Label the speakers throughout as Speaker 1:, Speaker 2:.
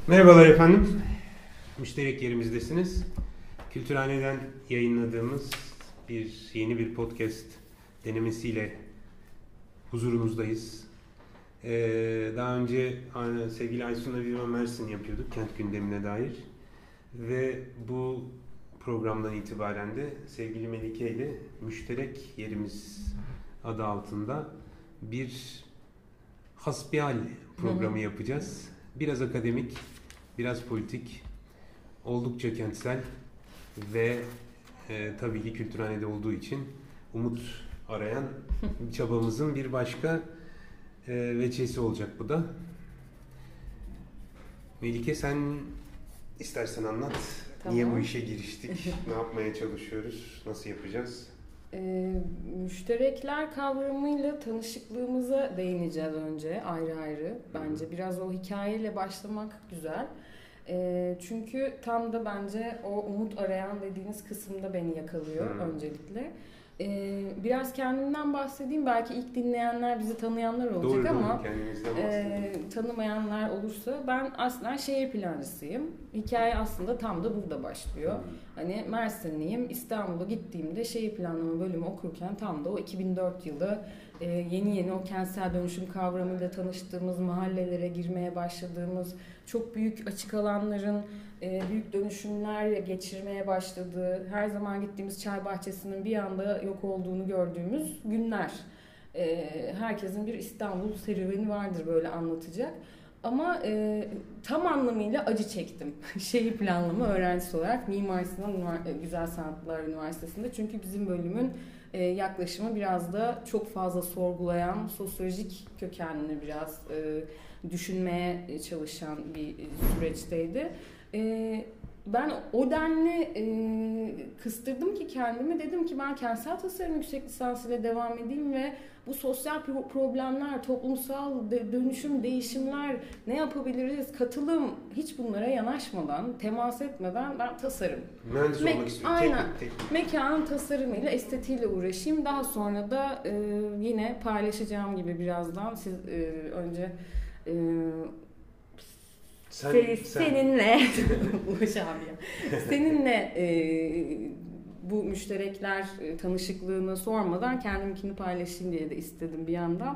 Speaker 1: Merhabalar efendim. Müşterek yerimizdesiniz. Kültürhane'den yayınladığımız yeni bir podcast denemesiyle huzurunuzdayız. Daha önce sevgili Aysun'la bir Mersin yapıyorduk kent gündemine dair. Ve bu programdan itibaren de sevgili Melike ile Müşterek Yerimiz adı altında bir hasbihal programı yapacağız. Biraz akademik, biraz politik, oldukça kentsel ve tabii ki Kültürhane'de olduğu için umut arayan çabamızın bir başka veçesi olacak bu da. Melike, sen istersen anlat.
Speaker 2: Tamam.
Speaker 1: Niye bu işe giriştik? Ne yapmaya çalışıyoruz? Nasıl yapacağız?
Speaker 2: Müşterekler kavramıyla tanışıklığımıza değineceğiz önce ayrı ayrı. Bence biraz o hikayeyle başlamak güzel. Çünkü tam da bence o umut arayan dediğiniz kısımda beni yakalıyor öncelikle. Biraz kendimden bahsedeyim. Belki ilk dinleyenler, bizi tanıyanlar olacak
Speaker 1: doğru,
Speaker 2: ama
Speaker 1: tanımayanlar
Speaker 2: olursa ben aslında şehir plancısıyım. Hikaye aslında tam da burada başlıyor. Hani Mersinliyim. İstanbul'a gittiğimde şehir planlama bölümü okurken tam da o 2004 yılı yeni o kentsel dönüşüm kavramıyla tanıştığımız, mahallelere girmeye başladığımız, çok büyük açık alanların büyük dönüşümler geçirmeye başladığı, her zaman gittiğimiz çay bahçesinin bir anda yok olduğunu gördüğümüz günler. Herkesin bir İstanbul serüveni vardır böyle anlatacak. Ama tam anlamıyla acı çektim. Şehir planlama öğrencisi olarak Mimar Sinan Güzel Sanatlar Üniversitesi'nde. Çünkü bizim bölümün yaklaşımı biraz da çok fazla sorgulayan, sosyolojik kökenli biraz düşünmeye çalışan bir süreçteydi. Ben o denli kıstırdım ki kendimi, dedim ki ben kentsel tasarım yüksek lisansıyla devam edeyim ve bu sosyal problemler, toplumsal dönüşüm, değişimler, ne yapabiliriz, katılım, hiç bunlara yanaşmadan, temas etmeden ben tasarım.
Speaker 1: Mühendis olmak istiyorum.
Speaker 2: Aynen. Mekanın tasarımıyla, estetiğiyle uğraşayım. Daha sonra da yine paylaşacağım gibi birazdan. Siz önce seninle Ulaş abi ya. Seninle bu müşterekler tanışıklığını sormadan kendimkini paylaşayım diye de istedim bir yandan.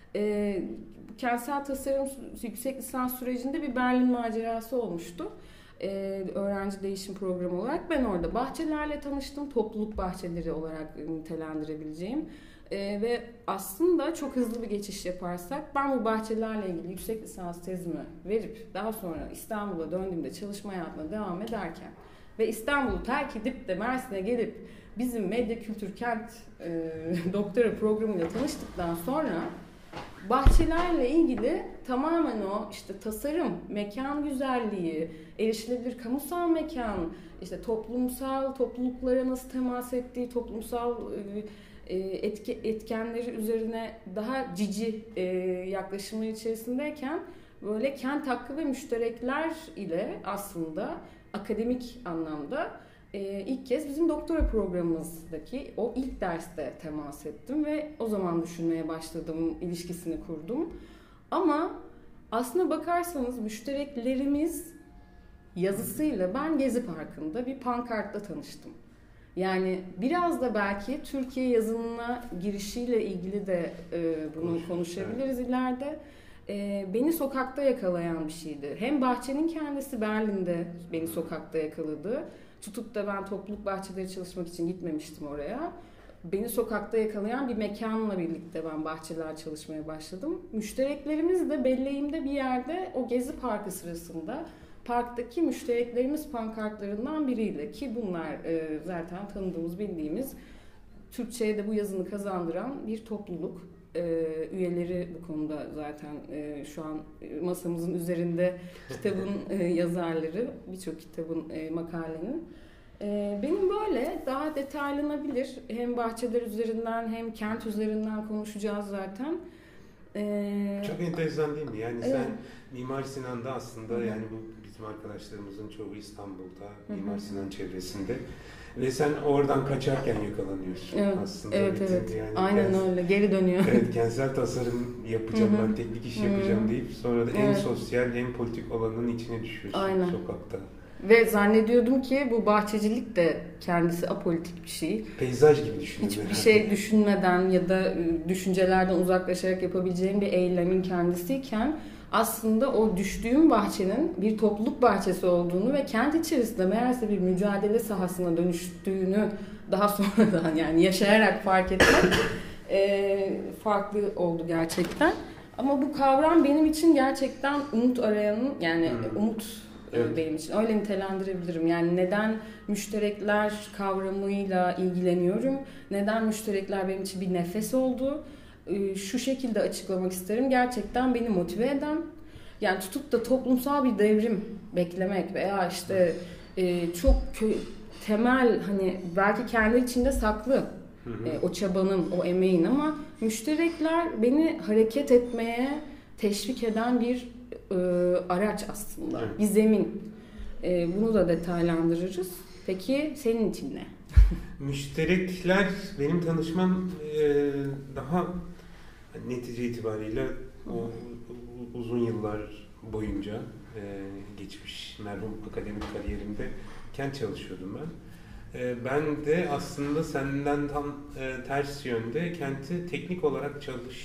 Speaker 2: Kentsel tasarım yüksek lisans sürecinde bir Berlin macerası olmuştu. Öğrenci değişim programı olarak ben orada bahçelerle tanıştım. Topluluk bahçeleri olarak nitelendirebileceğim. Ve aslında çok hızlı bir geçiş yaparsak ben bu bahçelerle ilgili yüksek lisans tezimi verip daha sonra İstanbul'a döndüğümde çalışma hayatına devam ederken ve İstanbul'u terk edip de Mersin'e gelip bizim medya kültür kent doktora programıyla tanıştıktan sonra bahçelerle ilgili tamamen o işte tasarım, mekan güzelliği, erişilebilir kamusal mekan, işte toplumsal topluluklara nasıl temas ettiği, toplumsal etkenleri üzerine daha cici yaklaşımlar içerisindeyken böyle kent hakkı ve müşterekler ile aslında akademik anlamda ilk kez bizim doktora programımızdaki o ilk derste temas ettim ve o zaman düşünmeye başladım, ilişkisini kurdum. Ama aslına bakarsanız müştereklerimiz yazısıyla ben Gezi Parkı'nda bir pankartla tanıştım. Yani biraz da belki Türkiye yazınına girişiyle ilgili de bunu konuşabiliriz ileride. Beni sokakta yakalayan bir şeydi. Hem bahçenin kendisi Berlin'de beni sokakta yakaladı. Tutup da ben topluluk bahçeleri çalışmak için gitmemiştim oraya. Beni sokakta yakalayan bir mekanla birlikte ben bahçeler çalışmaya başladım. Müştereklerimiz de belleğimde bir yerde o Gezi Parkı sırasında parktaki müştereklerimiz pankartlarından biriyle, ki bunlar zaten tanıdığımız, bildiğimiz, Türkçe'ye de bu yazını kazandıran bir topluluk. Üyeleri bu konuda zaten şu an masamızın üzerinde kitabın yazarları, birçok kitabın, makalenin. Benim böyle daha detaylanabilir, hem bahçeler üzerinden hem kent üzerinden konuşacağız zaten.
Speaker 1: Çok enteresan değil mi? Yani
Speaker 2: Evet.
Speaker 1: sen Mimar Sinan'da aslında,
Speaker 2: Hı-hı.
Speaker 1: yani bu bizim arkadaşlarımızın çoğu İstanbul'da,
Speaker 2: Hı-hı.
Speaker 1: Mimar Sinan çevresinde ve sen oradan kaçarken yakalanıyorsun
Speaker 2: Evet,
Speaker 1: aslında.
Speaker 2: evet,
Speaker 1: Bütün,
Speaker 2: evet.
Speaker 1: yani
Speaker 2: Aynen öyle. Geri dönüyor.
Speaker 1: evet, kentsel tasarım yapacağım,
Speaker 2: Hı-hı.
Speaker 1: ben teknik iş
Speaker 2: Hı-hı.
Speaker 1: yapacağım deyip sonra da en
Speaker 2: Evet.
Speaker 1: sosyal, en politik olanın içine düşüyorsun
Speaker 2: Aynen.
Speaker 1: sokakta.
Speaker 2: Ve zannediyordum ki bu bahçecilik de kendisi apolitik bir şey.
Speaker 1: Peyzaj gibi düşünüyorum.
Speaker 2: Hiçbir şey düşünmeden ya da düşüncelerden uzaklaşarak yapabileceğim bir eylemin kendisiyken aslında o düştüğüm bahçenin bir topluluk bahçesi olduğunu ve kent içerisinde meğerse bir mücadele sahasına dönüştüğünü daha sonradan, yani yaşayarak fark etmek farklı oldu gerçekten. Ama bu kavram benim için gerçekten umut arayanın, yani umut
Speaker 1: Evet.
Speaker 2: benim için öyle nitelendirebilirim. Yani neden müşterekler kavramıyla ilgileniyorum? Neden müşterekler benim için bir nefes oldu? Şu şekilde açıklamak isterim. Gerçekten beni motive eden, yani tutup da toplumsal bir devrim beklemek veya işte çok temel, hani belki kendi içinde saklı o çabanın, o emeğin, ama müşterekler beni hareket etmeye teşvik eden bir araç aslında.
Speaker 1: Evet.
Speaker 2: Bir zemin. Bunu da detaylandırırız. Peki senin için ne?
Speaker 1: Müşterekler, benim tanışmam daha netice itibariyle o uzun yıllar boyunca geçmiş merhum akademik kariyerimde kent çalışıyordum ben. Ben de aslında senden tam ters yönde kenti teknik olarak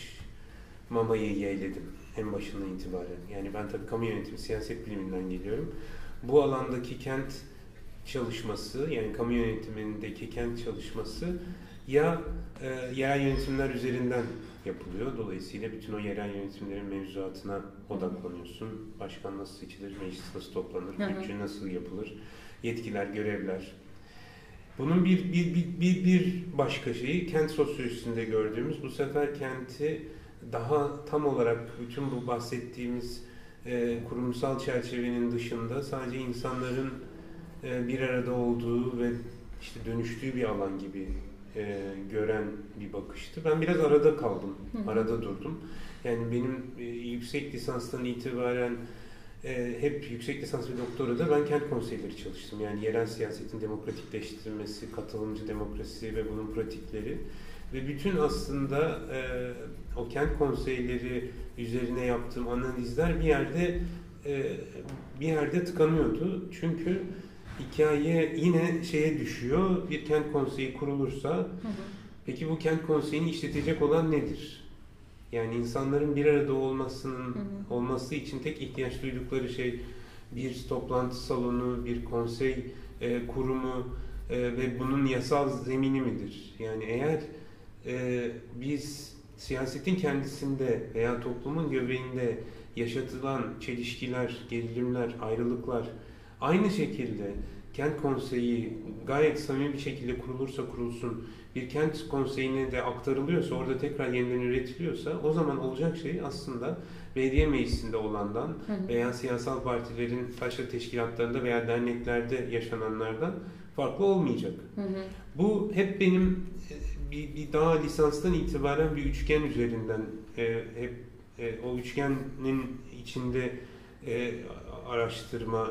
Speaker 1: çalışmamayı yeğledim en başından itibaren. Yani ben tabii kamu yönetimi, siyaset biliminden geliyorum. Bu alandaki kent çalışması, yani kamu yönetimindeki kent çalışması ya yerel yönetimler üzerinden yapılıyor. Dolayısıyla bütün o yerel yönetimlerin mevzuatına odaklanıyorsun. Başkan nasıl seçilir, meclis nasıl toplanır, bütçe nasıl yapılır, yetkiler, görevler. Bunun bir başka şeyi kent sosyolojisinde gördüğümüz, bu sefer kenti daha tam olarak bütün bu bahsettiğimiz kurumsal çerçevenin dışında sadece insanların bir arada olduğu ve işte dönüştüğü bir alan gibi gören bir bakıştı. Ben biraz arada kaldım, arada durdum. Yani benim yüksek lisanstan itibaren hep yüksek lisans ve doktorada ben kent konseyleri çalıştım. Yani yerel siyasetin demokratikleştirilmesi, katılımcı demokrasi ve bunun pratikleri. Ve bütün aslında o kent konseyleri üzerine yaptığım analizler bir yerde tıkanıyordu. Çünkü hikaye yine şeye düşüyor. Bir kent konseyi kurulursa, peki bu kent konseyini işletecek olan nedir? Yani insanların bir arada olması için tek ihtiyaç duydukları şey bir toplantı salonu, bir konsey kurumu ve bunun yasal zemini midir? Yani eğer biz siyasetin kendisinde veya toplumun göbeğinde yaşatılan çelişkiler, gerilimler, ayrılıklar aynı şekilde kent konseyi gayet samimi bir şekilde kurulsun, bir kent konseyine de aktarılıyorsa, orada tekrar yeniden üretiliyorsa, o zaman olacak şey aslında belediye meclisinde olandan veya siyasal partilerin taşra teşkilatlarında veya derneklerde yaşananlardan farklı olmayacak. Bu hep benim bir daha lisanstan itibaren bir üçgen üzerinden hep o üçgenin içinde araştırma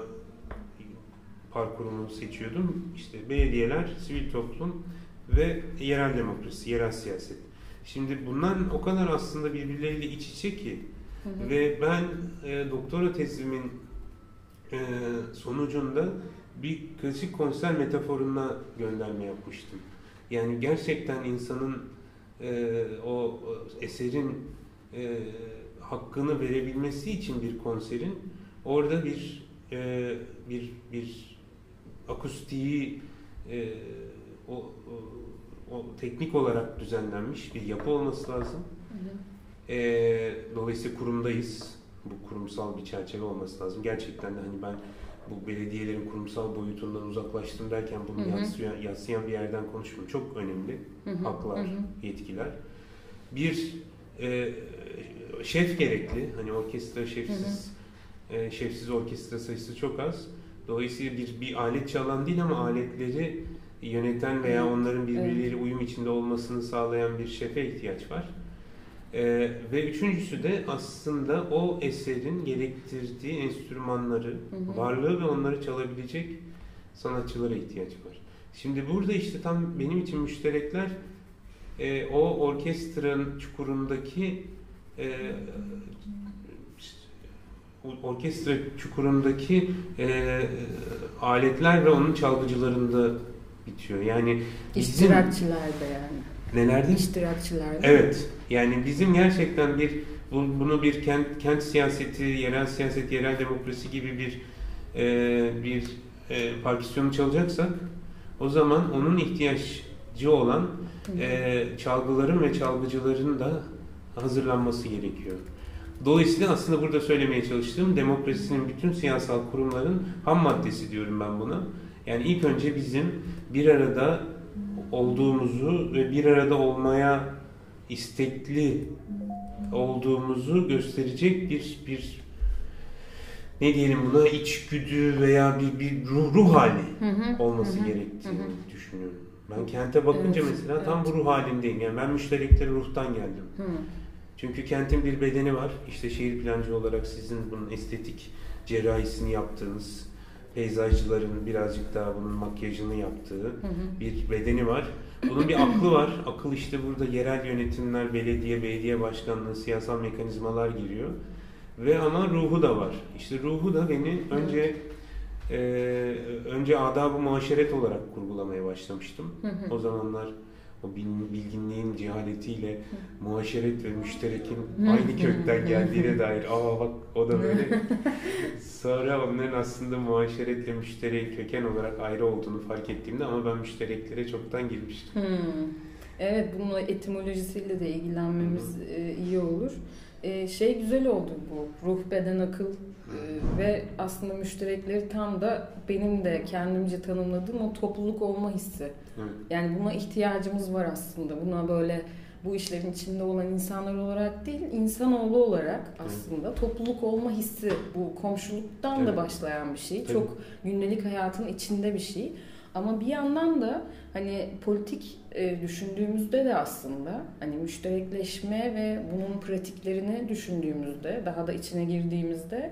Speaker 1: parkurumu seçiyordum. İşte belediyeler, sivil toplum ve yerel demokrasi, yerel siyaset. Şimdi bunlar o kadar aslında birbirleriyle iç içe ki ve ben doktora tezimin sonucunda bir klasik konser metaforuna gönderme yapmıştım. Yani gerçekten insanın o eserin hakkını verebilmesi için bir konserin orada bir akustiği o teknik olarak düzenlenmiş bir yapı olması lazım. Dolayısıyla kurumdayız. Bu kurumsal bir çerçeve olması lazım. Gerçekten de hani ben bu belediyelerin kurumsal boyutundan uzaklaştım derken bunu yansıyan bir yerden konuşmuyorum. Çok önemli. Haklar, yetkiler. Bir şef gerekli. Hani orkestra şefsiz orkestra sayısı çok az. Dolayısıyla bir alet çalan değil ama aletleri yöneten veya onların birbirleriyle uyum içinde olmasını sağlayan bir şefe ihtiyaç var. Ve üçüncüsü de aslında o eserin gerektirdiği enstrümanları, varlığı ve onları çalabilecek sanatçılara ihtiyaç var. Şimdi burada işte tam benim için müşterekler o orkestranın çukurundaki aletler ve onun çalgıcılarında bitiyor. Yani
Speaker 2: İştirakçilerde yani.
Speaker 1: Nelerde?
Speaker 2: İştirakçilerde.
Speaker 1: Evet. Yani bizim gerçekten bunu bir kent siyaseti, yerel siyaset, yerel demokrasi gibi bir partisyonu çalacaksak o zaman onun ihtiyacı olan çalgıların ve çalgıcıların da hazırlanması gerekiyor. Dolayısıyla aslında burada söylemeye çalıştığım demokrasinin bütün siyasal kurumların ham maddesi diyorum ben buna. Yani ilk önce bizim bir arada olduğumuzu ve bir arada olmaya istekli olduğumuzu gösterecek bir ne diyelim buna, içgüdü veya bir ruh hali olması gerektiğini düşünüyorum. Ben kente bakınca mesela tam bu ruh halindeyim. Yani ben müştereklere ruhtan geldim. Çünkü kentin bir bedeni var. İşte şehir plancı olarak sizin bunun estetik cerrahisini yaptığınız, peyzajcıların birazcık daha bunun makyajını yaptığı bir bedeni var. Bunun bir aklı var. Akıl işte burada yerel yönetimler, belediye başkanlığı, siyasal mekanizmalar giriyor. Ve ama ruhu da var. İşte ruhu da beni önce adab-ı muaşeret olarak kurgulamaya başlamıştım. O zamanlar o bilginliğin cehaletiyle muaşeret ve müşterekin aynı kökten geldiğine dair bak o da böyle. Sonra onların aslında muaşeretle müşterek köken olarak ayrı olduğunu fark ettiğimde ama ben müştereklere çoktan girmiştim.
Speaker 2: Evet, bununla etimolojisiyle de ilgilenmemiz iyi olur. Güzel oldu bu ruh, beden, akıl ve aslında müşterekleri tam da benim de kendimce tanımladığım o topluluk olma hissi.
Speaker 1: Evet.
Speaker 2: Yani buna ihtiyacımız var aslında. Buna böyle bu işlerin içinde olan insanlar olarak değil, insanoğlu olarak aslında topluluk olma hissi, bu komşuluktan da başlayan bir şey. Tabii. Çok gündelik hayatın içinde bir şey. Ama bir yandan da hani politik düşündüğümüzde de aslında hani müşterekleşme ve bunun pratiklerini düşündüğümüzde, daha da içine girdiğimizde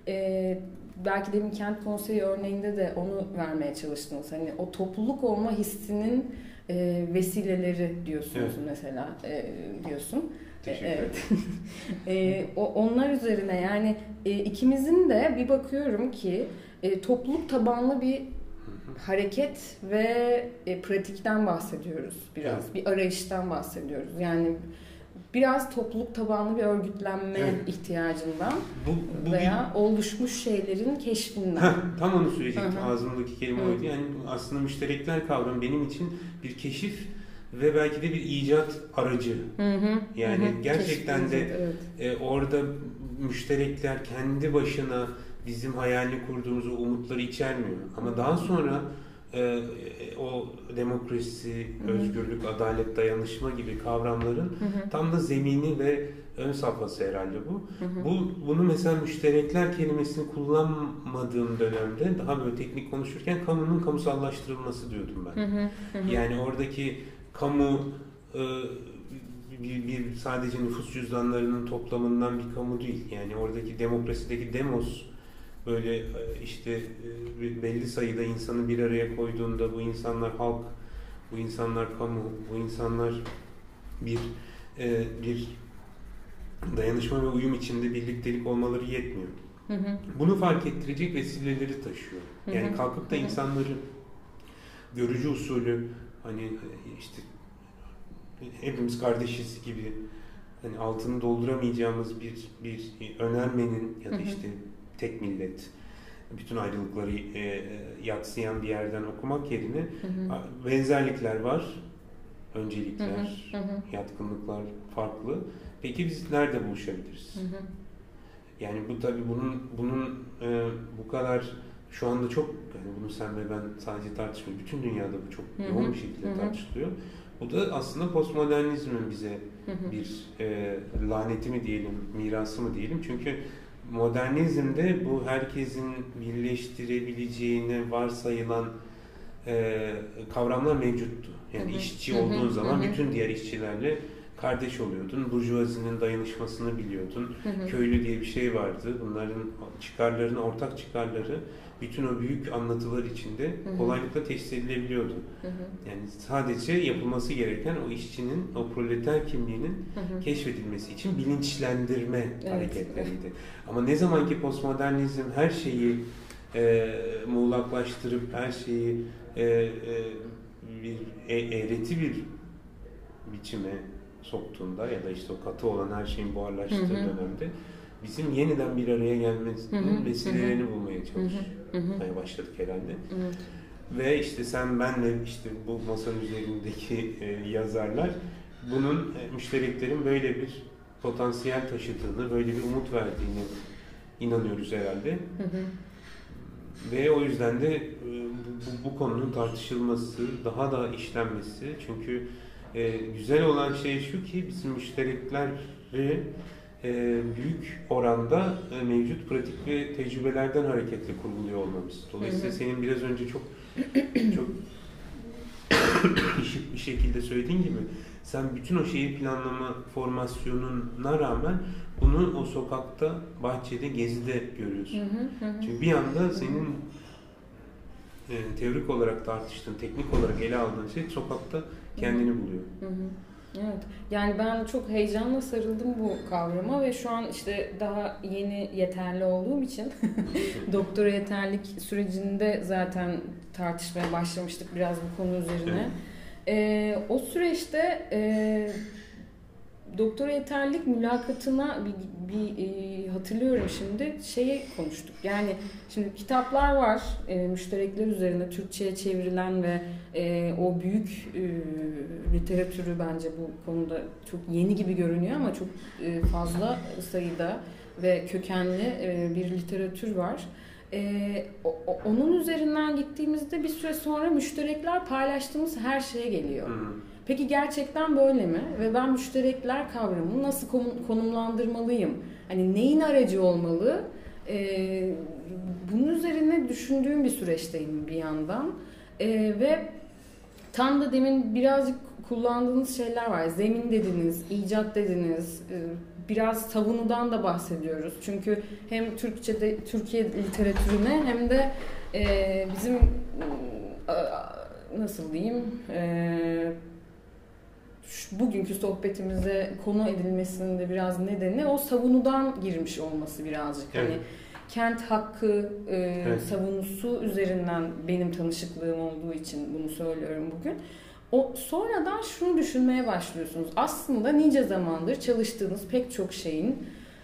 Speaker 2: belki demin kent konseyi örneğinde de onu vermeye çalıştınız. Hani o topluluk olma hissinin vesileleri diyorsunuz mesela diyorsun. Evet. Onlar üzerine yani ikimizin de bir bakıyorum ki topluluk tabanlı bir hareket ve pratikten bahsediyoruz biraz. Evet. Bir arayıştan bahsediyoruz. Yani biraz topluluk tabanlı bir örgütlenme ihtiyacından veya oluşmuş şeylerin keşfinden.
Speaker 1: Tam onu söyleyecektim. Ağzımdaki kelime oydu. Yani aslında müşterekler kavramı benim için bir keşif ve belki de bir icat aracı. Yani gerçekten de orada müşterekler kendi başına bizim hayalini kurduğumuz o umutları içermiyor. Ama daha sonra o demokrasi, özgürlük, adalet, dayanışma gibi kavramların tam da zemini ve ön safhası herhalde bu. Bunu mesela müşterekler kelimesini kullanmadığım dönemde daha böyle teknik konuşurken kamunun kamusallaştırılması diyordum ben. Yani oradaki kamu bir sadece nüfus cüzdanlarının toplamından bir kamu değil. Yani oradaki demokrasideki demos böyle işte belli sayıda insanı bir araya koyduğunda bu insanlar halk, bu insanlar kamu, bu insanlar bir dayanışma ve uyum içinde birliktelik olmaları yetmiyor. Bunu fark ettirecek vesileleri taşıyor. Yani kalkıp da insanları görücü usulü hani işte hepimiz kardeşiz gibi hani altını dolduramayacağımız bir önermenin ya da işte tek millet, bütün ayrılıkları yadsıyan bir yerden okumak yerine benzerlikler var, öncelikler, yatkınlıklar farklı. Peki biz nerede buluşabiliriz? Yani bu tabii bunun bu kadar şu anda çok yani bunu sen ve ben sadece tartışmıyoruz. Bütün dünyada bu çok yoğun bir şekilde tartışılıyor. Bu da aslında postmodernizmin bize bir laneti mi diyelim, mirası mı diyelim? Çünkü modernizmde bu herkesin birleştirebileceğine varsayılan kavramlar mevcuttu. Yani işçi olduğun zaman bütün diğer işçilerle kardeş oluyordun. Burjuvazinin dayanışmasını biliyordun. Köylü diye bir şey vardı. Bunların çıkarlarını, ortak çıkarları bütün o büyük anlatılar içinde kolaylıkla teşhis edilebiliyordu. Yani sadece yapılması gereken o işçinin, o proleter kimliğinin keşfedilmesi için bilinçlendirme hareketleriydi. Ama ne zaman ki postmodernizm her şeyi muğlaklaştırıp her şeyi bir eğreti bir biçime soktuğunda ya da işte o katı olan her şeyin buharlaştığı dönemde bizim yeniden bir araya gelmesinin vesilelerini bulmaya çalışmaya başladık herhalde. Ve işte sen, ben ve işte bu masanın üzerindeki yazarlar bunun müştereklerin böyle bir potansiyel taşıdığını, böyle bir umut verdiğini inanıyoruz herhalde. Ve o yüzden de bu konunun tartışılması, daha da işlenmesi. Çünkü güzel olan şey şu ki bizim müşterekleri büyük oranda mevcut pratik ve tecrübelerden hareketle kurguluyor olmamız. Dolayısıyla senin biraz önce çok işit bir şekilde söylediğin gibi sen bütün o şehir planlama formasyonuna rağmen bunu o sokakta, bahçede, gezide görüyorsun. Çünkü bir anda senin teorik olarak tartıştığın, teknik olarak ele aldığın şey sokakta kendini buluyor.
Speaker 2: Evet. Yani ben çok heyecanla sarıldım bu kavrama ve şu an işte daha yeni yeterli olduğum için doktora yeterlilik sürecinde zaten tartışmaya başlamıştık biraz bu konu üzerine. O süreçte doktora yeterlilik mülakatına bir hatırlıyorum şimdi şeyi konuştuk. Yani şimdi kitaplar var müşterekler üzerine Türkçe'ye çevrilen ve o büyük literatürü bence bu konuda çok yeni gibi görünüyor ama çok fazla sayıda ve kökenli bir literatür var. Onun üzerinden gittiğimizde bir süre sonra müşterekler paylaştığımız her şeye geliyor. Peki gerçekten böyle mi? Ve ben müşterekler kavramını nasıl konumlandırmalıyım? Hani neyin aracı olmalı? Bunun üzerine düşündüğüm bir süreçteyim bir yandan. Ve tam da demin birazcık kullandığınız şeyler var. Zemin dediniz, icat dediniz. Biraz savunudan da bahsediyoruz. Çünkü hem Türkiye literatürüne hem de bizim nasıl diyeyim bugünkü sohbetimize konu edilmesinin de biraz nedeni o savunudan girmiş olması birazcık.
Speaker 1: Evet.
Speaker 2: Hani kent hakkı savunusu üzerinden benim tanışıklığım olduğu için bunu söylüyorum bugün. O sonradan şunu düşünmeye başlıyorsunuz. Aslında nice zamandır çalıştığınız pek çok şeyin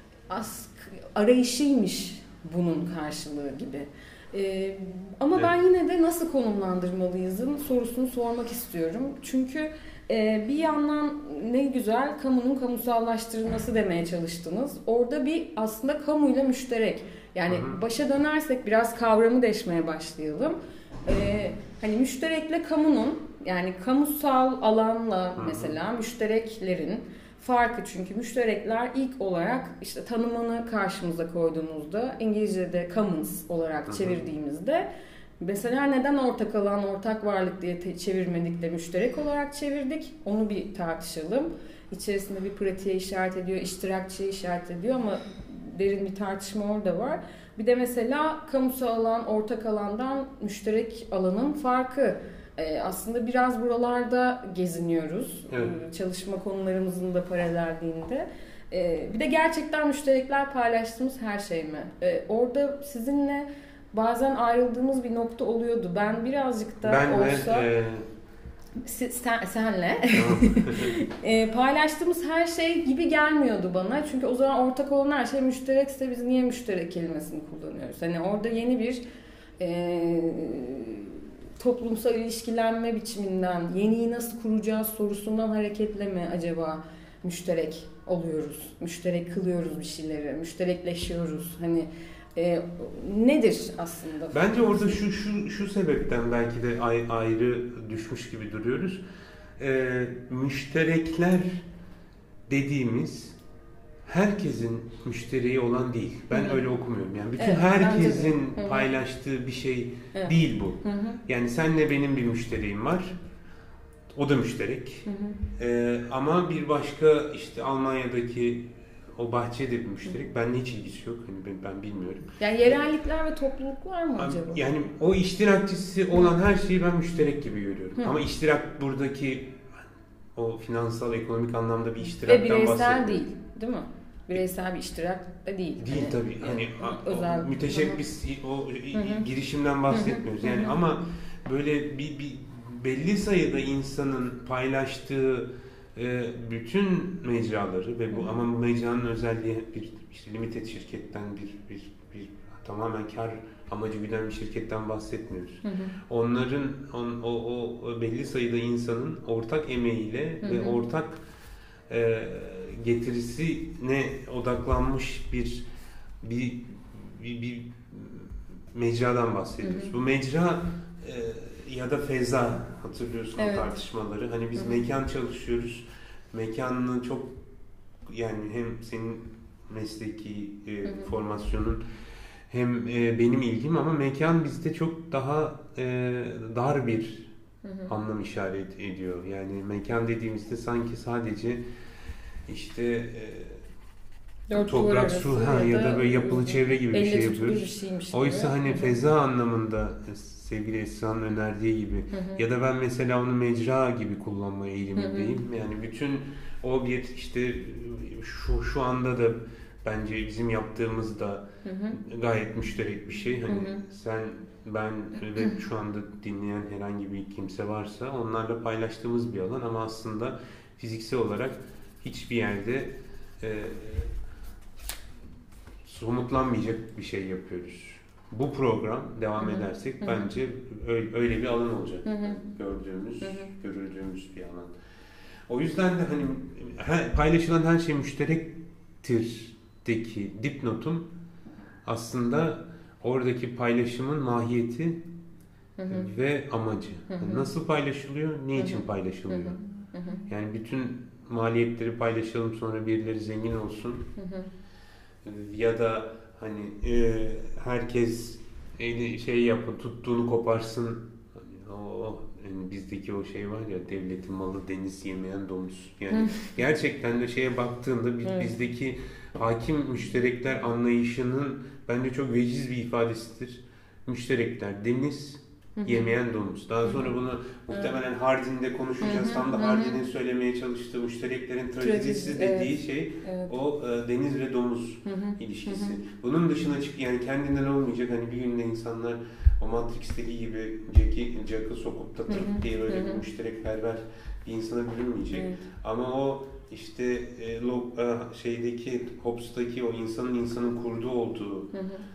Speaker 2: arayışıymış bunun karşılığı gibi. Ama ben yine de nasıl konumlandırmalıyızın sorusunu sormak istiyorum. Çünkü bir yandan ne güzel kamunun kamusallaştırılması demeye çalıştınız. Orada bir aslında kamuyla müşterek. Yani başa dönersek biraz kavramı deşmeye başlayalım. Hani müşterekle kamunun yani kamusal alanla mesela müştereklerin farkı çünkü müşterekler ilk olarak işte tanımını karşımıza koyduğumuzda İngilizce'de commons olarak çevirdiğimizde mesela neden ortak alan, ortak varlık diye çevirmedik de müşterek olarak çevirdik? Onu bir tartışalım. İçerisinde bir pratiğe işaret ediyor, iştirakçıya işaret ediyor ama derin bir tartışma orada var. Bir de mesela kamusal alan, ortak alandan müşterek alanın farkı. Aslında biraz buralarda geziniyoruz. Evet. Çalışma konularımızın da paralelliğinde. Bir de gerçekten müşterekler paylaştığımız her şey mi? Orada sizinle bazen ayrıldığımız bir nokta oluyordu. Ben birazcık da olsa... Senle paylaştığımız her şey gibi gelmiyordu bana. Çünkü o zaman ortak olan her şey müşterekse biz niye müşterek kelimesini kullanıyoruz? Hani orada yeni bir toplumsal ilişkilenme biçiminden, yeniyi nasıl kuracağız sorusundan hareketle mi acaba müşterek oluyoruz? Müşterek kılıyoruz bir şeyleri, müşterekleşiyoruz. Hani nedir aslında?
Speaker 1: Bence orada şu sebepten belki de ayrı düşmüş gibi duruyoruz. Müşterekler dediğimiz herkesin müşteriği olan değil. Ben öyle okumuyorum. Yani bütün herkesin paylaştığı bir şey değil bu. Yani senle benim bir müşteriğim var. O da müşterek. Ama bir başka işte Almanya'daki o bahçe de bir müşterek. Benimle hiç ilgisi yok. Hani ben bilmiyorum.
Speaker 2: Yani yerellikler ve topluluklar mı acaba?
Speaker 1: Yani o iştirakçısı olan her şeyi ben müşterek gibi görüyorum. Ama iştirak buradaki o finansal, ekonomik anlamda bir iştiraktan bahsediyorum.
Speaker 2: Ve bireysel değil mi? Bireysel bir iştirak da değil.
Speaker 1: Değil
Speaker 2: hani,
Speaker 1: tabii. Hani
Speaker 2: özel
Speaker 1: müteşebbis o girişimden bahsetmiyoruz. Yani ama böyle bir belli sayıda insanın paylaştığı bütün mecraları ve bu ama bu mecranın özelliği bir işte limited şirketten bir tamamen kar amacı güden bir şirketten bahsetmiyoruz. Onların o belli sayıda insanın ortak emeğiyle ve ortak getirisine odaklanmış bir mecradan bahsediyoruz. Bu mecra ya da feza, hatırlıyorsun o tartışmaları. Hani biz mekan çalışıyoruz. Mekanını çok, yani hem senin mesleki formasyonun hem benim ilgim, ama mekan bizde çok daha dar bir anlam işaret ediyor. Yani mekan dediğimizde sanki sadece işte toprak, su ya da böyle yapılı çevre gibi bir şey yapıyoruz. Oysa hani feza anlamında sevgili Esra'nın önerdiği gibi ya da ben mesela onu mecra gibi kullanma eğilimindeyim. Yani bütün o bir işte şu anda da bence bizim yaptığımız da gayet müşterek bir şey. Hani sen, ben ve şu anda dinleyen herhangi bir kimse varsa onlarla paylaştığımız bir alan, ama aslında fiziksel olarak hiçbir yerde somutlanmayacak bir şey yapıyoruz. Bu program devam edersek bence öyle bir alan olacak. Gördüğümüz, görüldüğümüz bir alan. O yüzden de hani paylaşılan her şey müşterektir'deki dipnotum aslında oradaki paylaşımın mahiyeti ve amacı. Yani nasıl paylaşılıyor, ne için paylaşılıyor? Yani bütün maliyetleri paylaşalım, sonra birileri zengin olsun. Ya da hani herkes şey yapın, tuttuğunu koparsın. Yani bizdeki o şey var ya, devletin malı deniz yemeyen domuz. Yani gerçekten de şeye baktığında bizdeki hakim müşterekler anlayışının bence çok veciz bir ifadesidir. Müşterekler deniz yemeyen domuz. Daha sonra bunu muhtemelen Hardin'de konuşacağız. Tam da Hardin'in söylemeye çalıştığı müştereklerin trajedisi dediği şey o deniz ve domuz ilişkisi. Bunun dışına yani kendinden olmayacak, hani bir günde insanlar o Matrix'teki gibi Jack'ı sokup da tırt diye böyle bir müşterekperver bir insana bürünmeyecek. Ama o işte şeydeki Hobbes'taki o insanın kurduğu olduğu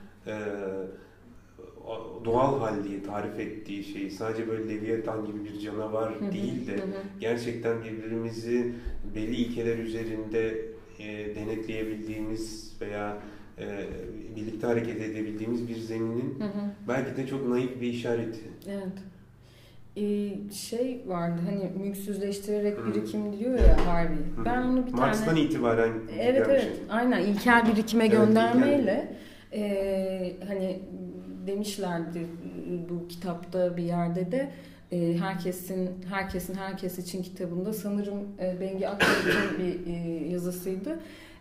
Speaker 1: doğal hal diye tarif ettiği şey sadece böyle Leviathan gibi bir canavar değil de gerçekten birbirimizi belli ilkeler üzerinde denetleyebildiğimiz veya birlikte hareket edebildiğimiz bir zeminin belki de çok naif bir işareti.
Speaker 2: Evet. Şey vardı hani mülksüzleştirerek birikim diyor ya Harvey. Ben onu bir
Speaker 1: Marx'tan itibaren
Speaker 2: evet aynen ilkel birikime göndermeyle hani demişlerdi bu kitapta bir yerde de herkesin herkes için kitabında, sanırım Bengi Akçay'ın bir yazısıydı.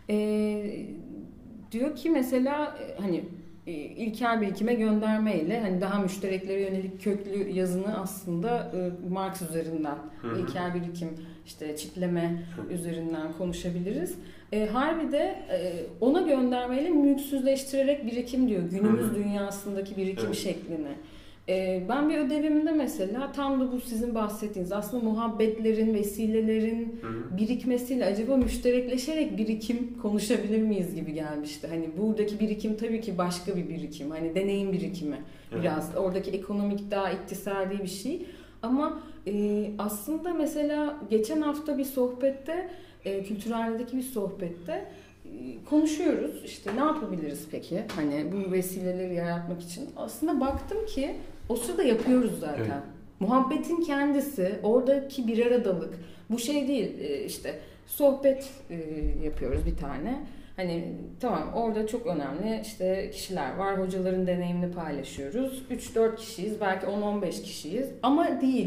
Speaker 2: Diyor ki mesela hani ilkel birikime göndermeyle hani daha müştereklere yönelik köklü yazını aslında Marx üzerinden ilkel birikim, işte çitleme üzerinden konuşabiliriz. Harbi de ona göndermeyle mülksüzleştirerek birikim diyor. Günümüz dünyasındaki birikim şeklini. Ben bir ödevimde mesela tam da bu sizin bahsettiğiniz aslında muhabbetlerin, vesilelerin birikmesiyle acaba müşterekleşerek birikim konuşabilir miyiz gibi gelmişti. Hani buradaki birikim tabii ki başka bir birikim. Hani deneyim birikimi biraz. Oradaki ekonomik daha iktisadi bir şey. Ama aslında mesela geçen hafta bir sohbette, kültürelerdeki bir sohbette konuşuyoruz. İşte ne yapabiliriz peki? Hani bu vesileleri yaratmak için. Aslında baktım ki o sırada yapıyoruz zaten. Evet. Muhabbetin kendisi, oradaki bir aradalık. Bu şey değil, işte sohbet yapıyoruz bir tane. Hani tamam, orada çok önemli işte kişiler var, hocaların deneyimini paylaşıyoruz. 3-4 kişiyiz, belki 10-15 kişiyiz ama değil.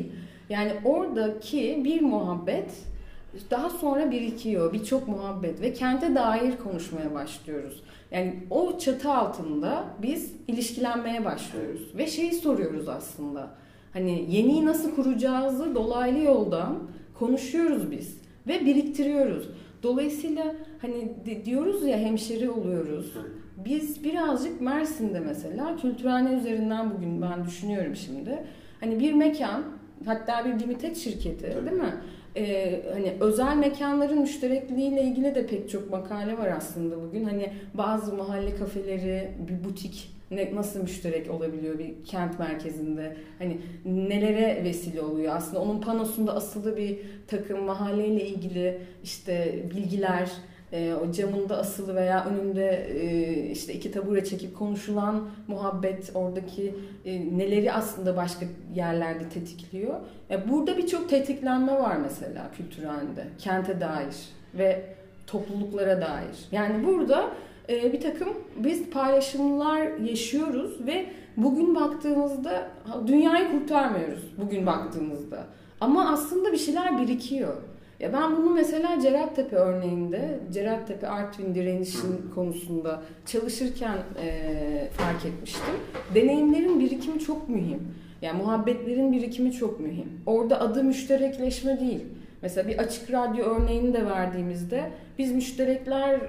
Speaker 2: Yani oradaki bir muhabbet daha sonra birikiyor, birçok muhabbet ve kente dair konuşmaya başlıyoruz. Yani o çatı altında biz ilişkilenmeye başlıyoruz ve şeyi soruyoruz aslında. Hani yeniyi nasıl kuracağızı dolaylı yoldan konuşuyoruz biz ve biriktiriyoruz. Dolayısıyla hani diyoruz ya, hemşeri oluyoruz. Biz birazcık Mersin'de mesela kültürhane üzerinden bugün ben düşünüyorum şimdi. Hani bir mekan, hatta bir Limited şirketi, değil mi? Hani özel mekanların müşterekliğiyle ilgili de pek çok makale var aslında bugün. Hani bazı mahalle kafeleri, bir butik nasıl müşterek olabiliyor bir kent merkezinde? Hani nelere vesile oluyor? Aslında onun panosunda asılı bir takım mahalleyle ilgili işte bilgiler, o camında asılı veya önünde işte 2 tabure çekip konuşulan muhabbet, oradaki neleri aslında başka yerlerde tetikliyor. Burada birçok tetiklenme var mesela kültürelde, kente dair ve topluluklara dair. Yani burada bir takım biz paylaşımlar yaşıyoruz ve bugün baktığımızda dünyayı kurtarmıyoruz bugün baktığımızda. Ama aslında bir şeyler birikiyor. Ya ben bunu mesela Cerattepe örneğinde, Cerattepe Artvin direnişin konusunda çalışırken fark etmiştim. Deneyimlerin birikimi çok mühim. Yani muhabbetlerin birikimi çok mühim. Orada adı müşterekleşme değil. Mesela bir açık radyo örneğini de verdiğimizde biz müşterekler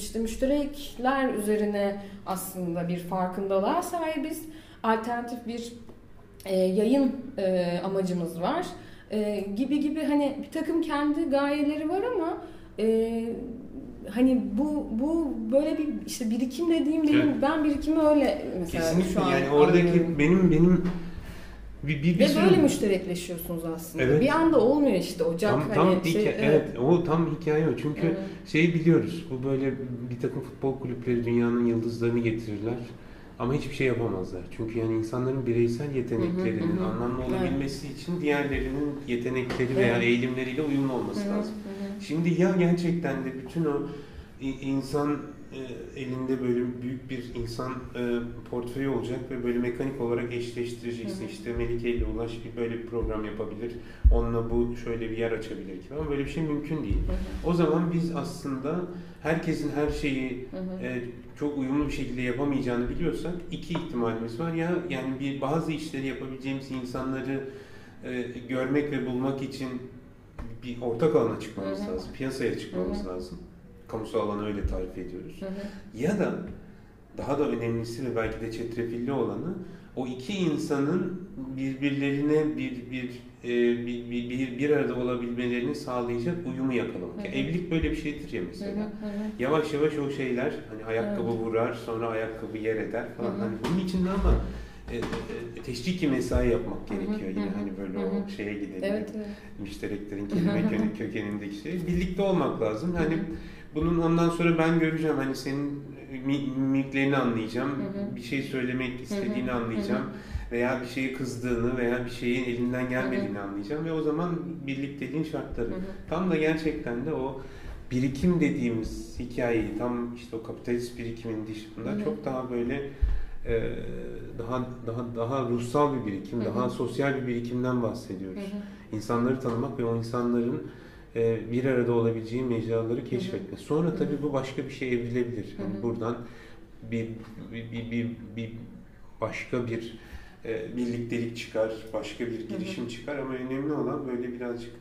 Speaker 2: üzerine aslında bir farkındalığa sahibiz. Alternatif bir yayın amacımız var. Gibi hani bir takım kendi gayeleri var ama hani bu böyle bir işte birikim dediğim benim, ben birikimi öyle mesela
Speaker 1: kesinlikle
Speaker 2: şu an
Speaker 1: yani oradaki
Speaker 2: anlıyorum.
Speaker 1: benim bir
Speaker 2: ve
Speaker 1: sürü...
Speaker 2: böyle müşterekleşiyorsunuz aslında.
Speaker 1: Evet.
Speaker 2: Bir anda olmuyor işte ocak
Speaker 1: Evet, o tam hikaye o. Çünkü
Speaker 2: evet.
Speaker 1: şeyi biliyoruz. Bu böyle bir takım futbol kulüpleri dünyanın yıldızlarını getirirler. Ama hiçbir şey yapamazlar. Çünkü yani insanların bireysel yeteneklerinin anlamlı olabilmesi için diğerlerinin yetenekleri veya eğilimleriyle uyumlu olması lazım. Şimdi ya gerçekten de bütün o insan elinde böyle büyük bir insan portföyü olacak ve böyle mekanik olarak eşleştireceksin. İşte Melike ile Ulaş böyle bir program yapabilir. Onunla bu şöyle bir yer açabilir ki. Ama böyle bir şey mümkün değil. O zaman biz aslında herkesin her şeyi çok uyumlu bir şekilde yapamayacağını biliyorsak 2 ihtimalimiz var. Ya yani bazı işleri yapabileceğimiz insanları görmek ve bulmak için bir ortak alana çıkmamız lazım. Piyasaya çıkmamız lazım. Kamusal alanı öyle tarif ediyoruz. Ya da daha da önemlisi ve belki de çetrefilli olanı, o 2 insanın birbirlerine bir arada olabilmelerini sağlayacak uyumu yakalamak. Evlilik böyle bir şeydir ya mesela. Yavaş yavaş o şeyler, hani ayakkabı vurar, sonra ayakkabı yer eder falan. Hani bunun için de ama teşviki mesai yapmak gerekiyor. Yine hani böyle o şeye gidelim.
Speaker 2: Evet.
Speaker 1: Müştereklerin kelime kökenindeki şey. Birlikte olmak lazım. Hani bunun ondan sonra ben göreceğim. Hani senin mimiklerini anlayacağım. Bir şey söylemek istediğini anlayacağım. Veya bir şeye kızdığını veya bir şeyin elinden gelmediğini anlayacağım. Ve o zaman birlikteliğin şartları. Tam da gerçekten de o birikim dediğimiz hikayeyi, tam işte o kapitalist birikimin dışında çok daha böyle daha ruhsal bir birikim, daha sosyal bir birikimden bahsediyoruz. İnsanları tanımak ve o insanların bir arada olabileceği mecraları keşfetme. Sonra tabii bu başka bir şey evrilebilir. Yani buradan bir başka bir birliktelik çıkar, başka bir girişim çıkar ama önemli olan böyle birazcık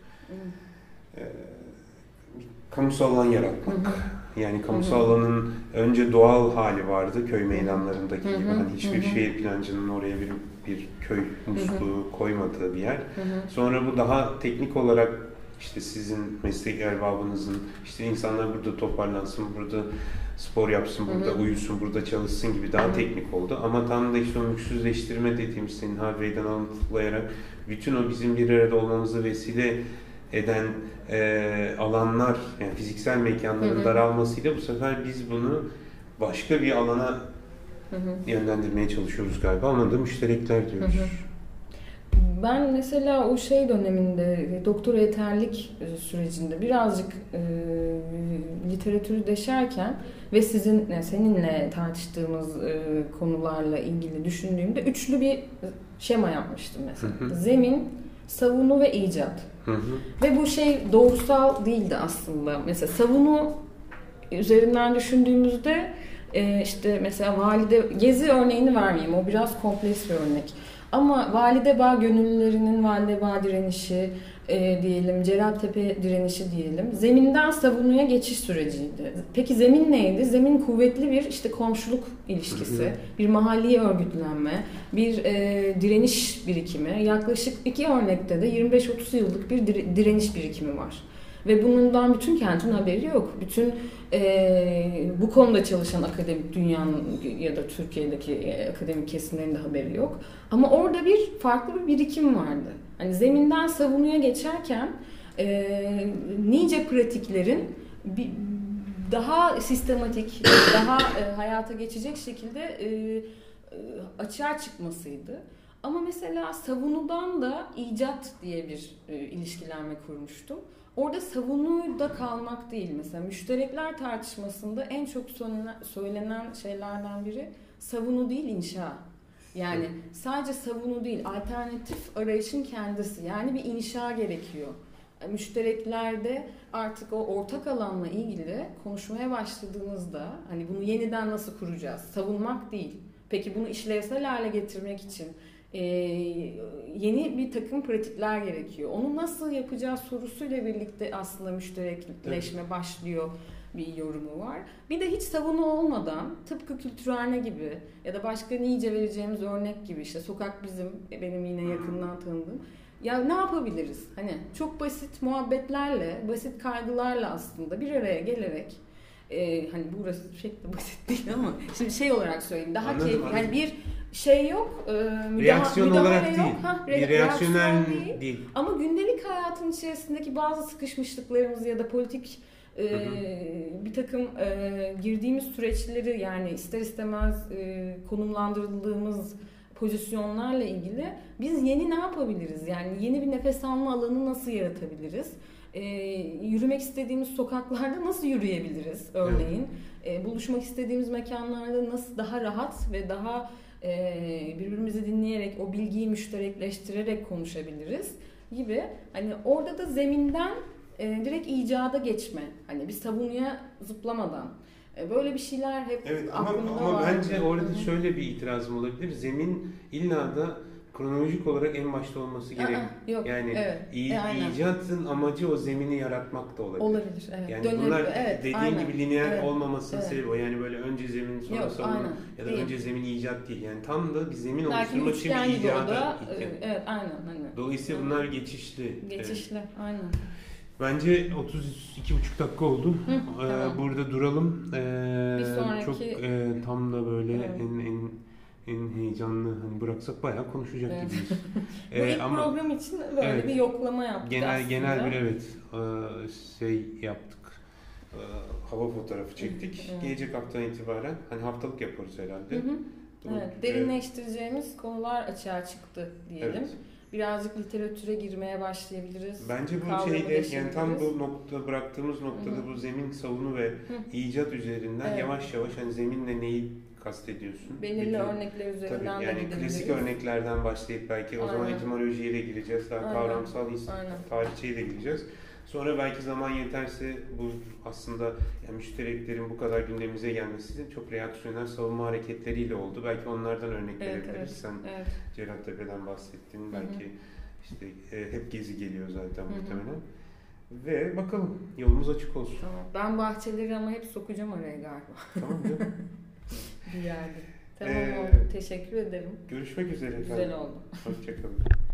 Speaker 1: bir kamusal alan yaratmak. Yani kamusal alanın önce doğal hali vardı, köy meydanlarındaki gibi. Hani hiçbir şehir plancının oraya bir köy musluğu koymadığı bir yer. Sonra bu daha teknik olarak işte sizin meslek erbabınızın, işte insanlar burada toparlansın, burada spor yapsın, burada uyusun, burada çalışsın gibi daha teknik oldu. Ama tam da işte o mülksüzleştirme dediğimiz, senin Harvey'den alıntılayarak bütün o bizim bir arada olmamızı vesile eden alanlar, yani fiziksel mekanların daralmasıyla bu sefer biz bunu başka bir alana yönlendirmeye çalışıyoruz galiba. Ama da müşterekler diyoruz.
Speaker 2: Ben mesela o şey döneminde, doktora yeterlik sürecinde birazcık literatürü deşerken ve seninle tartıştığımız konularla ilgili düşündüğümde üçlü bir şema yapmıştım mesela. Zemin, savunu ve icat.
Speaker 1: Hı hı.
Speaker 2: Ve bu şey doğrusal değildi aslında. Mesela savunu üzerinden düşündüğümüzde işte mesela Valide Gezi örneğini vermeyeyim. O biraz kompleks bir örnek. Ama Valide Bağ gönüllülerinin Valide Bağ direnişi diyelim, Celaltepe direnişi diyelim. Zeminden savunuya geçiş süreciydi. Peki zemin neydi? Zemin kuvvetli bir işte komşuluk ilişkisi, bir mahalli örgütlenme, bir direniş birikimi. Yaklaşık 2 örnekte de 25-30 yıllık bir direniş birikimi var. Ve bundan bütün kentin haberi yok. Bütün bu konuda çalışan akademik dünyanın ya da Türkiye'deki akademik kesimlerin de haberi yok. Ama orada bir farklı bir birikim vardı. Hani zeminden savunuya geçerken nice pratiklerin daha sistematik, daha hayata geçecek şekilde açığa çıkmasıydı. Ama mesela savunudan da icat diye bir ilişkilenme kurmuştum. Orada savunuda kalmak değil, mesela müşterekler tartışmasında en çok söylenen şeylerden biri savunu değil inşa. Yani sadece savunu değil, alternatif arayışın kendisi. Yani bir inşa gerekiyor. Müştereklerde artık o ortak alanla ilgili konuşmaya başladığınızda hani bunu yeniden nasıl kuracağız? Savunmak değil. Peki bunu işlevsel hale getirmek için yeni bir takım pratikler gerekiyor. Onu nasıl yapacağız sorusuyla birlikte aslında müşterekleşme başlıyor bir yorumu var. Bir de hiç savunu olmadan tıpkı Kültürhane gibi ya da başka nice vereceğimiz örnek gibi işte Sokak Bizim benim yine yakından tanıdığım. Ya ne yapabiliriz? Hani çok basit muhabbetlerle, basit kaygılarla aslında bir araya gelerek hani burası pek de basit değil ama şimdi şey olarak söyleyeyim daha keyifli. Yani bir şey yok.
Speaker 1: Reaksiyon olarak değil.
Speaker 2: Yok.
Speaker 1: Bir reaksiyonel değil.
Speaker 2: Ama gündelik hayatın içerisindeki bazı sıkışmışlıklarımızı ya da politik bir takım girdiğimiz süreçleri yani ister istemez konumlandırıldığımız pozisyonlarla ilgili biz yeni ne yapabiliriz? Yani yeni bir nefes alma alanı nasıl yaratabiliriz? Yürümek istediğimiz sokaklarda nasıl yürüyebiliriz örneğin? Buluşmak istediğimiz mekanlarda nasıl daha rahat ve daha birbirimizi dinleyerek o bilgiyi müşterekleştirerek konuşabiliriz gibi. Hani orada da zeminden direkt icada geçme. Hani bir savunuya zıplamadan. Böyle bir şeyler hep aklımda var.
Speaker 1: Ama bence orada şöyle bir itirazım olabilir. Zemin illa da kronolojik olarak en başta olması gerek.
Speaker 2: Yok.
Speaker 1: Yani
Speaker 2: evet.
Speaker 1: icatın amacı o zemini yaratmak da olabilir.
Speaker 2: Olabilir. Evet.
Speaker 1: Yani bunlar dediğin gibi lineer
Speaker 2: evet.
Speaker 1: olmamasının sebebi o. Yani böyle önce zemin sonra savunma ya da önce zemin icat değil. Yani tam da bir zemin oluşturmak için bir icada
Speaker 2: evet, aynen.
Speaker 1: Dolayısıyla bunlar geçişli.
Speaker 2: Geçişli, aynen.
Speaker 1: Bence 32,5 dakika oldu.
Speaker 2: Tamam.
Speaker 1: Burada duralım.
Speaker 2: Bir sonraki...
Speaker 1: Çok tam da böyle en heyecanlı hani bıraksak bayağı konuşacak gibiyiz.
Speaker 2: Bu ilk program için böyle bir yoklama yaptık
Speaker 1: genel bir şey yaptık. Hava fotoğrafı çektik. Gelecek haftadan itibaren hani haftalık yaparız herhalde.
Speaker 2: Evet, derinleştireceğimiz konular açığa çıktı diyelim.
Speaker 1: Evet.
Speaker 2: Birazcık literatüre girmeye başlayabiliriz.
Speaker 1: Bence bu şeyde yani tam bu nokta bıraktığımız noktada bu zemin savunu ve icat üzerinden yavaş yavaş hani zeminle neyi kastediyorsun?
Speaker 2: Belirli örnekler üzerinden
Speaker 1: tabii, yani klasik örneklerden başlayıp belki o zaman etimolojiye de gireceğiz. Daha kavramsal tarihçeye de gireceğiz. Sonra belki zaman yeterse bu aslında yani müştereklerin bu kadar gündemimize gelmesi çok reaksiyonel savunma hareketleriyle oldu. Belki onlardan örnek verebiliriz. Sen Celaltepe'den bahsettin. Belki işte hep Gezi geliyor zaten muhtemelen. Ve bakalım yolumuz açık olsun.
Speaker 2: Tamam. Ben bahçeleri ama hep sokacağım araya galiba.
Speaker 1: Tamam canım.
Speaker 2: Bir yerde. Tamam oldu. Teşekkür ederim.
Speaker 1: Görüşmek üzere efendim.
Speaker 2: Güzel oldu.
Speaker 1: Hoşçakalın.